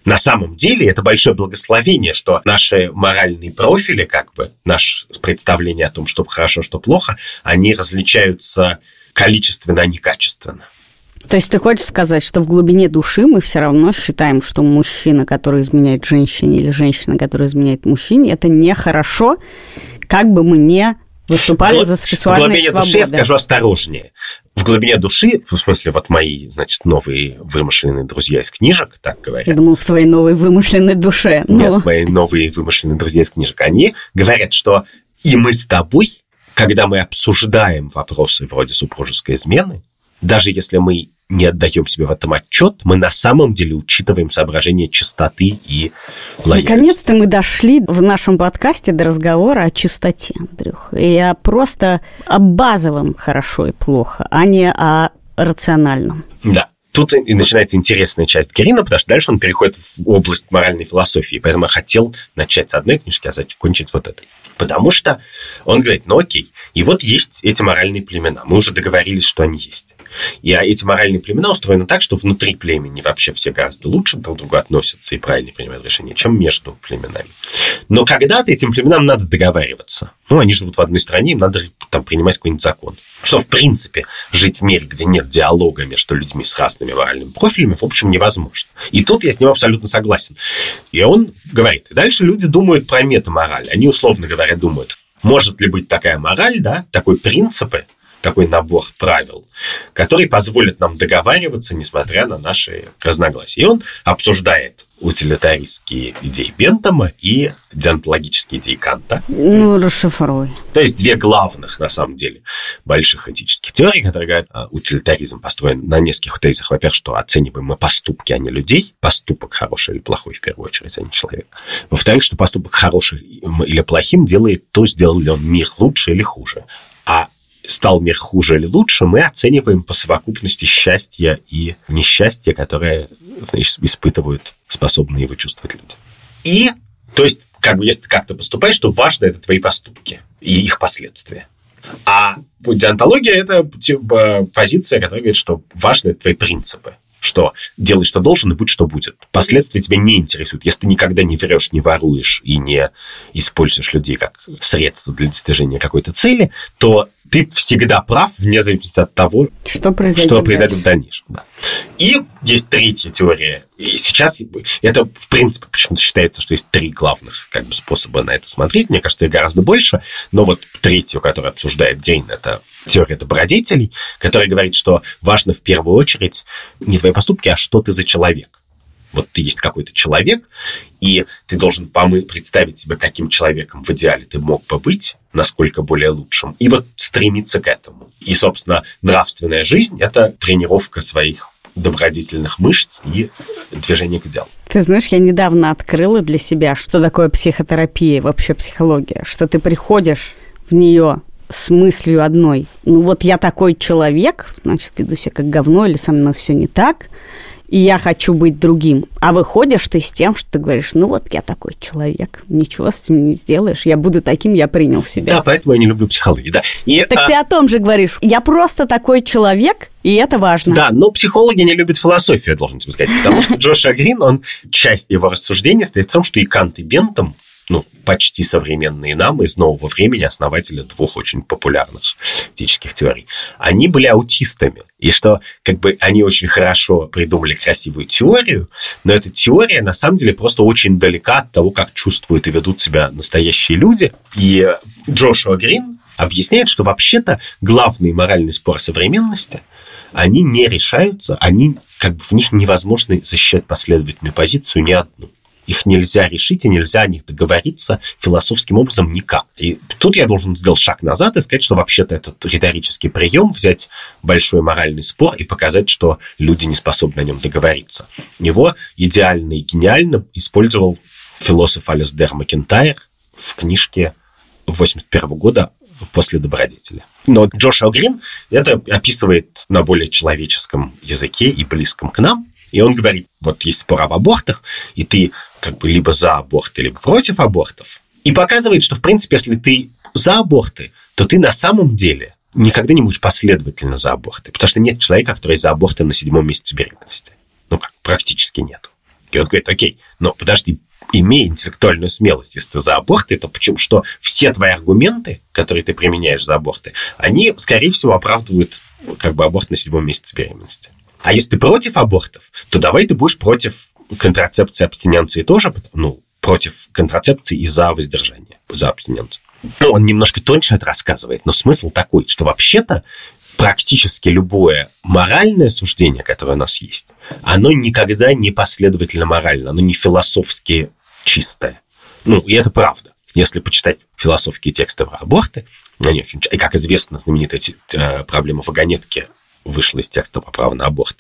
На самом деле это большое благословение, что наши моральные профили, как бы, наше представление о том, что хорошо, что плохо, они различаются количественно, а не качественно.
То есть ты хочешь сказать, что в глубине души мы все равно считаем, что мужчина, который изменяет женщине, или женщина, которая изменяет мужчине, это нехорошо, как бы мы не выступали
в,
за сексуальные свободы.
В глубине души я скажу осторожнее. В глубине души, в смысле, вот мои, значит, новые вымышленные друзья из книжек, так говорят.
Я думаю, в твоей новой вымышленной душе.
Нет, но... мои новые вымышленные друзья из книжек. Они говорят, что и мы с тобой, когда мы обсуждаем вопросы вроде супружеской измены, даже если мы не отдаем себе в этом отчет, мы на самом деле учитываем соображения чистоты и лояльности.
Наконец-то мы дошли в нашем подкасте до разговора о чистоте, Андрюх. И о просто о базовом хорошо и плохо, а не о рациональном.
Да. Тут и начинается интересная часть Кирина, потому что дальше он переходит в область моральной философии. Поэтому я хотел начать с одной книжки, а закончить вот этой. Потому что он говорит, ну окей, и вот есть эти моральные племена. Мы уже договорились, что они есть. И эти моральные племена устроены так, что внутри племени вообще все гораздо лучше друг к другу относятся и правильно принимают решения, чем между племенами. Но когда-то этим племенам надо договариваться. Ну, они живут в одной стране, им надо там принимать какой-нибудь закон. Что, в принципе, жить в мире, где нет диалога между людьми с разными моральными профилями, в общем, невозможно. И тут я с ним абсолютно согласен. И он говорит, и дальше люди думают про метамораль. Они, условно говоря, думают, может ли быть такая мораль, да, такой принципы, такой набор правил, который позволит нам договариваться, несмотря на наши разногласия. И он обсуждает утилитаристские идеи Бентама и деонтологические идеи Канта.
Ну, расшифруй.
То есть две главных, на самом деле, больших этических теорий, которые говорят, а, утилитаризм построен на нескольких тезисах. Во-первых, что оцениваем мы поступки, а не людей. Поступок хороший или плохой, в первую очередь, а не человек. Во-вторых, что поступок хороший или плохим делает то, сделал ли он мир лучше или хуже. А стал мир хуже или лучше, мы оцениваем по совокупности счастья и несчастья, которые, значит, испытывают способные его чувствовать люди. И, то есть, как бы, если ты как-то поступаешь, то важно это твои поступки и их последствия. А деонтология – это типа позиция, которая говорит, что важны твои принципы. Что делай, что должен, и будь, что будет. Последствия тебя не интересуют. Если ты никогда не врешь, не воруешь и не используешь людей как средство для достижения какой-то цели, то ты всегда прав, вне зависимости от того,
что произойдет,
что произойдет в дальнейшем. Да. И есть третья теория. И сейчас это, в принципе, почему-то считается, что есть три главных как бы, способа на это смотреть. Мне кажется, их гораздо больше. Но вот третью, которую обсуждает Грин, это теория добродетелей, которая говорит, что важно в первую очередь не твои поступки, а что ты за человек. Вот ты есть какой-то человек, и ты должен помы- представить себе, каким человеком в идеале ты мог бы быть, насколько более лучшим, и вот стремиться к этому. И, собственно, нравственная жизнь – это тренировка своих добродетельных мышц и движение к идеалу.
Ты знаешь, я недавно открыла для себя, что такое психотерапия, вообще психология, что ты приходишь в нее с мыслью одной. Ну вот я такой человек, значит, веду себя как говно, или со мной все не так, и я хочу быть другим. А выходишь ты с тем, что ты говоришь, ну вот я такой человек, ничего с этим не сделаешь, я буду таким, я принял себя.
Да, поэтому я не люблю психологию, да. И,
так а... ты о том же говоришь, я просто такой человек, и это важно.
Да, но психологи не любят философию, я должен тебе сказать, потому что Джошуа Грин, он, часть его рассуждения стоит в том, что и Кант, и Бентам, ну, почти современные нам, из нового времени, основатели двух очень популярных этических теорий, они были аутистами. И что, как бы, они очень хорошо придумали красивую теорию, но эта теория, на самом деле, просто очень далека от того, как чувствуют и ведут себя настоящие люди. И Джошуа Грин объясняет, что, вообще-то, главный моральный спор современности, они не решаются, они, как бы, в них невозможно защищать последовательную позицию ни одну. Их нельзя решить, и нельзя о них договориться философским образом никак. И тут я должен сделать шаг назад и сказать, что вообще-то этот риторический прием взять большой моральный спор и показать, что люди не способны о нем договориться. Его идеально и гениально использовал философ Алисдер Макентайр в книжке восемьдесят первого года «После добродетели». Но Джошуа Грин это описывает на более человеческом языке и близком к нам. И он говорит, вот есть спор об абортах, и ты как бы либо за аборты, либо против абортов. И показывает, что, в принципе, если ты за аборты, то ты на самом деле никогда не будешь последовательно за аборты. Потому что нет человека, который за аборты на седьмом месяце беременности. Ну, как, практически нет. И он говорит, окей, но подожди, имей интеллектуальную смелость, если ты за аборты, то почему? Что все твои аргументы, которые ты применяешь за аборты, они, скорее всего, оправдывают как бы аборт на седьмом месяце беременности. А если ты против абортов, то давай ты будешь против контрацепции, абстиненции тоже, ну, против контрацепции и за воздержание, за абстиненцию. Ну, он немножко тоньше это рассказывает, но смысл такой, что вообще-то практически любое моральное суждение, которое у нас есть, оно никогда не последовательно морально, оно не философски чистое. Ну, и это правда. Если почитать философские тексты про аборты, они очень... И, как известно, знаменитая э, проблема вагонетки вышла из текста про право на аборты.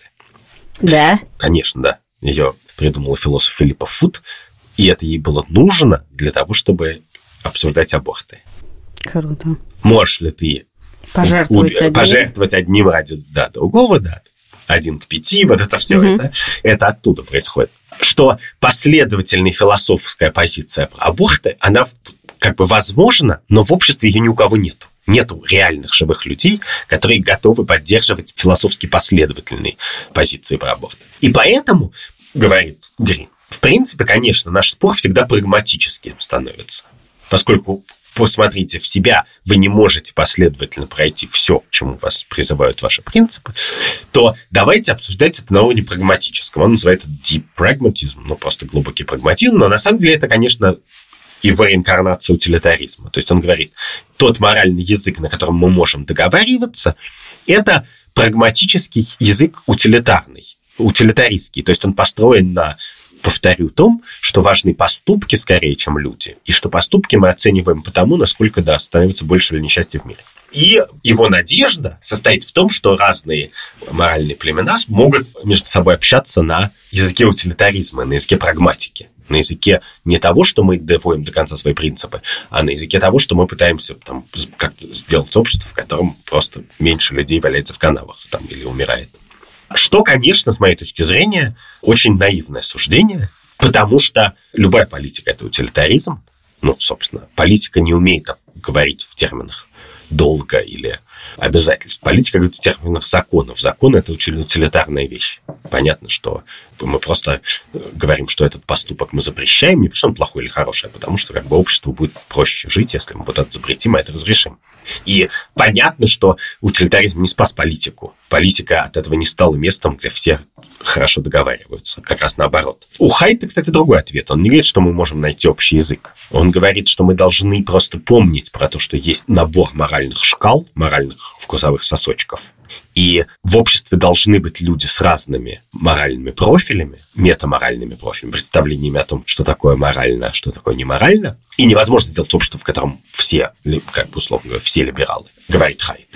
Да?
Конечно, да. Ее придумал философ Филиппа Фут, и это ей было нужно для того, чтобы обсуждать аборты.
Круто.
Можешь ли ты
пожертвовать,
у,
одним.
пожертвовать одним ради да, другого, да, один к пяти, вот это все, угу. это, это оттуда происходит. Что последовательная философская позиция про аборты, она как бы возможна, но в обществе ее ни у кого нету. Нету реальных живых людей, которые готовы поддерживать философски последовательные позиции про аборт. И поэтому, говорит Грин, в принципе, конечно, наш спор всегда прагматическим становится. Поскольку, посмотрите в себя, вы не можете последовательно пройти все, к чему вас призывают ваши принципы, то давайте обсуждать это на уровне прагматическом. Он называет это deep pragmatism, ну, просто глубокий прагматизм, но на самом деле это, конечно, его реинкарнация утилитаризма. То есть он говорит, тот моральный язык, на котором мы можем договариваться, это прагматический язык утилитарный, утилитаристский. То есть он построен на, повторю, том, что важны поступки скорее, чем люди, и что поступки мы оцениваем по тому, насколько, да, становится больше или несчастья в мире. И его надежда состоит в том, что разные моральные племена могут между собой общаться на языке утилитаризма, на языке прагматики. На языке не того, что мы доводим до конца свои принципы, а на языке того, что мы пытаемся там, как-то сделать общество, в котором просто меньше людей валяется в канавах там, или умирает. Что, конечно, с моей точки зрения, очень наивное суждение, потому что любая политика – это утилитаризм. Ну, собственно, политика не умеет говорить в терминах долга или обязательств. Политика говорит в терминах законов. Закон – это утилитарная вещь. Понятно, что мы просто говорим, что этот поступок мы запрещаем, не потому что он плохой или хороший, а потому что как бы обществу будет проще жить, если мы вот это запретим, а это разрешим. И понятно, что утилитаризм не спас политику. Политика от этого не стала местом, где все хорошо договариваются. Как раз наоборот. У Хайта, кстати, другой ответ. Он не говорит, что мы можем найти общий язык. Он говорит, что мы должны просто помнить про то, что есть набор моральных шкал, моральных вкусовых сосочков. И в обществе должны быть люди с разными моральными профилями, метаморальными профилями, представлениями о том, что такое морально, а что такое неморально. И невозможно сделать общество, в котором все, как бы условно говоря, все либералы, говорит Хайт.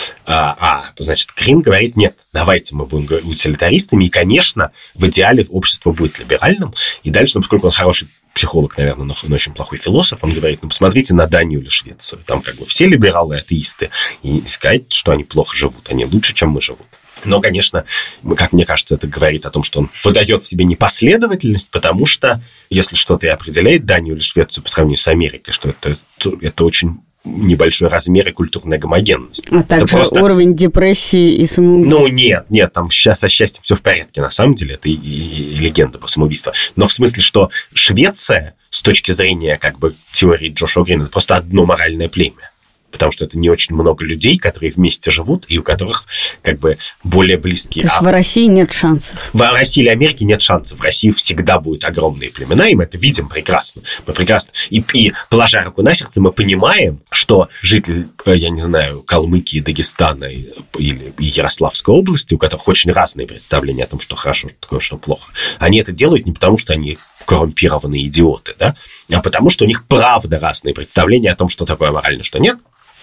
А, а, значит, Грин говорит, нет, давайте мы будем утилитаристами, и, конечно, в идеале общество будет либеральным. И дальше, ну, поскольку он хороший психолог, наверное, но, но очень плохой философ, он говорит, ну, посмотрите на Данию или Швецию. Там как бы все либералы атеисты. И не сказать, что они плохо живут. Они лучше, чем мы живут. Но, конечно, как мне кажется, это говорит о том, что он выдает в себе непоследовательность, потому что если что-то и определяет Данию или Швецию по сравнению с Америкой, что это, это очень небольшой размер и культурная гомогенность.
А также просто уровень депрессии и самоубийства.
Ну, нет, нет, там сейчас со счастьем все в порядке, на самом деле, это и, и, и легенда про самоубийство. Но в смысле, что Швеция, с точки зрения как бы теории Джошуа Грина, это просто одно моральное племя. Потому что это не очень много людей, которые вместе живут, и у которых как бы более близкие.
То есть а в России нет шансов? В
России или Америке нет шансов. В России всегда будут огромные племена, и мы это видим прекрасно. Мы прекрасно. И, и положа руку на сердце, мы понимаем, что жители, я не знаю, Калмыкии, Дагестана или Ярославской области, у которых очень разные представления о том, что хорошо, что такое, что плохо, они это делают не потому, что они коррумпированные идиоты, да, а потому, что у них правда разные представления о том, что такое морально, что нет.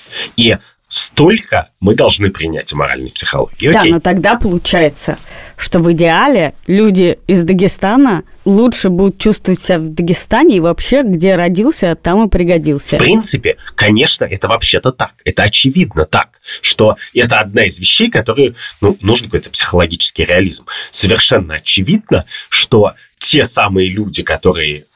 И столько мы должны принять в моральной психологии.
Да,
окей.
Но тогда получается, что в идеале люди из Дагестана лучше будут чувствовать себя в Дагестане и вообще, где родился, там и пригодился.
В принципе, конечно, это вообще-то так. Это очевидно так, что это одна из вещей, которые, ну, нужен какой-то психологический реализм. Совершенно очевидно, что те самые люди, которые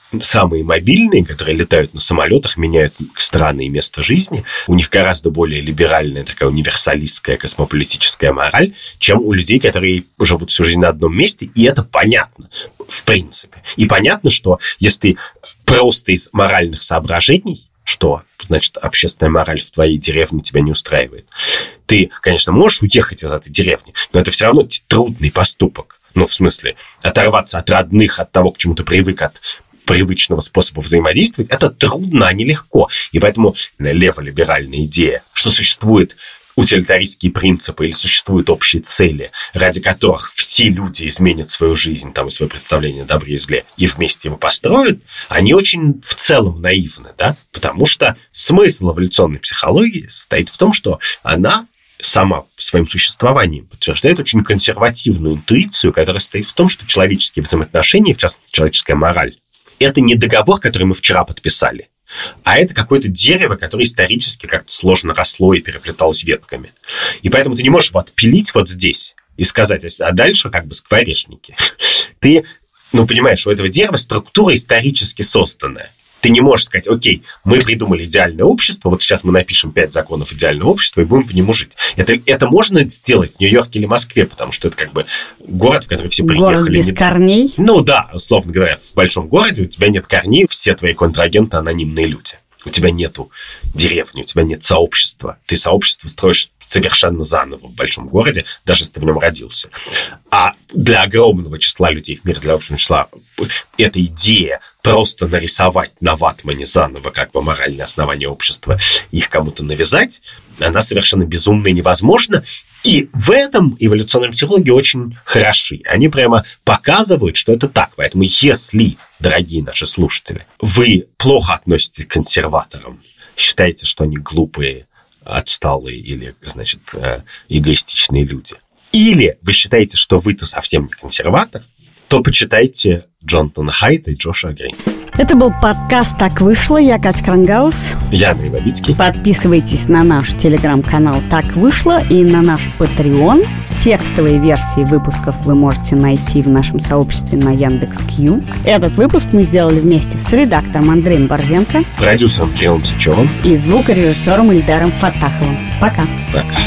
самые мобильные, которые летают на самолетах, меняют страны и место жизни, у них гораздо более либеральная, такая универсалистская космополитическая мораль, чем у людей, которые живут всю жизнь на одном месте, и это понятно, в принципе. И понятно, что если просто из моральных соображений, что, значит, общественная мораль в твоей деревне тебя не устраивает, ты, конечно, можешь уехать из этой деревни, но это все равно трудный поступок. Ну, в смысле, оторваться от родных, от того, к чему ты привык, от привычного способа взаимодействовать, это трудно, а не легко. И поэтому леволиберальная идея, что существуют утилитаристские принципы или существуют общие цели, ради которых все люди изменят свою жизнь, там, и свое представление о добре и зле, и вместе его построят, они очень в целом наивны, да? Потому что смысл эволюционной психологии состоит в том, что она сама своим существованием подтверждает очень консервативную интуицию, которая состоит в том, что человеческие взаимоотношения, в частности, человеческая мораль, это не договор, который мы вчера подписали, а это какое-то дерево, которое исторически как-то сложно росло и переплеталось ветками. И поэтому ты не можешь вот пилить вот здесь и сказать, а дальше как бы скворечники. Ты, ну, понимаешь, у этого дерева структура исторически созданная. Ты не можешь сказать, окей, мы придумали идеальное общество, вот сейчас мы напишем пять законов идеального общества и будем по нему жить. Это, это можно сделать в Нью-Йорке или Москве, потому что это как бы город, в который все приехали.
Город без
не...
корней?
Ну да, условно говоря, в большом городе у тебя нет корней, все твои контрагенты анонимные люди. У тебя нету деревни, у тебя нет сообщества. Ты сообщество строишь совершенно заново в большом городе, даже если ты в нем родился. А для огромного числа людей в мире, для общего числа, эта идея просто нарисовать на ватмане заново как бы моральные основания общества, их кому-то навязать, она совершенно безумна и невозможна. И в этом эволюционные психологи очень хороши. Они прямо показывают, что это так. Поэтому если, дорогие наши слушатели, вы плохо относитесь к консерваторам, считаете, что они глупые, отсталые или, значит, эгоистичные люди, или вы считаете, что вы-то совсем не консерватор, то почитайте Джонатана Хайта и Джошуа Грина.
Это был подкаст «Так вышло». Я Катя Крангаус.
Я Андрей Бабицкий.
Подписывайтесь на наш телеграм-канал «Так вышло» и на наш Patreon. Текстовые версии выпусков вы можете найти в нашем сообществе на Яндекс.Кью. Этот выпуск мы сделали вместе с редактором Андреем Борзенко,
продюсером Кириллом Сычевым
и звукорежиссером Ильдаром Фаттаховым. Пока.
Пока.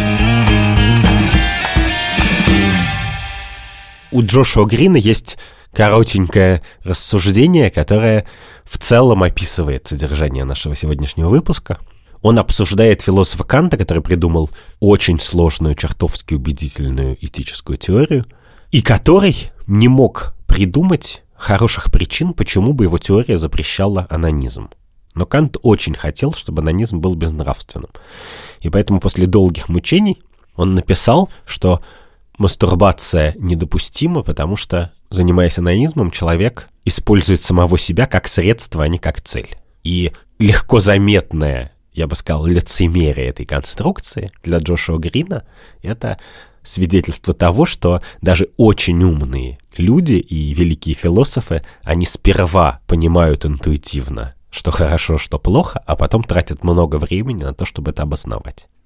У Джошуа Грина есть коротенькое рассуждение, которое в целом описывает содержание нашего сегодняшнего выпуска. Он обсуждает философа Канта, который придумал очень сложную, чертовски убедительную этическую теорию, и который не мог придумать хороших причин, почему бы его теория запрещала онанизм. Но Кант очень хотел, чтобы онанизм был безнравственным. И поэтому после долгих мучений он написал, что мастурбация недопустима, потому что, занимаясь онанизмом, человек использует самого себя как средство, а не как цель. И легко заметное, я бы сказал, лицемерие этой конструкции для Джошуа Грина — это свидетельство того, что даже очень умные люди и великие философы, они сперва понимают интуитивно, что хорошо, что плохо, а потом тратят много времени на то, чтобы это обосновать.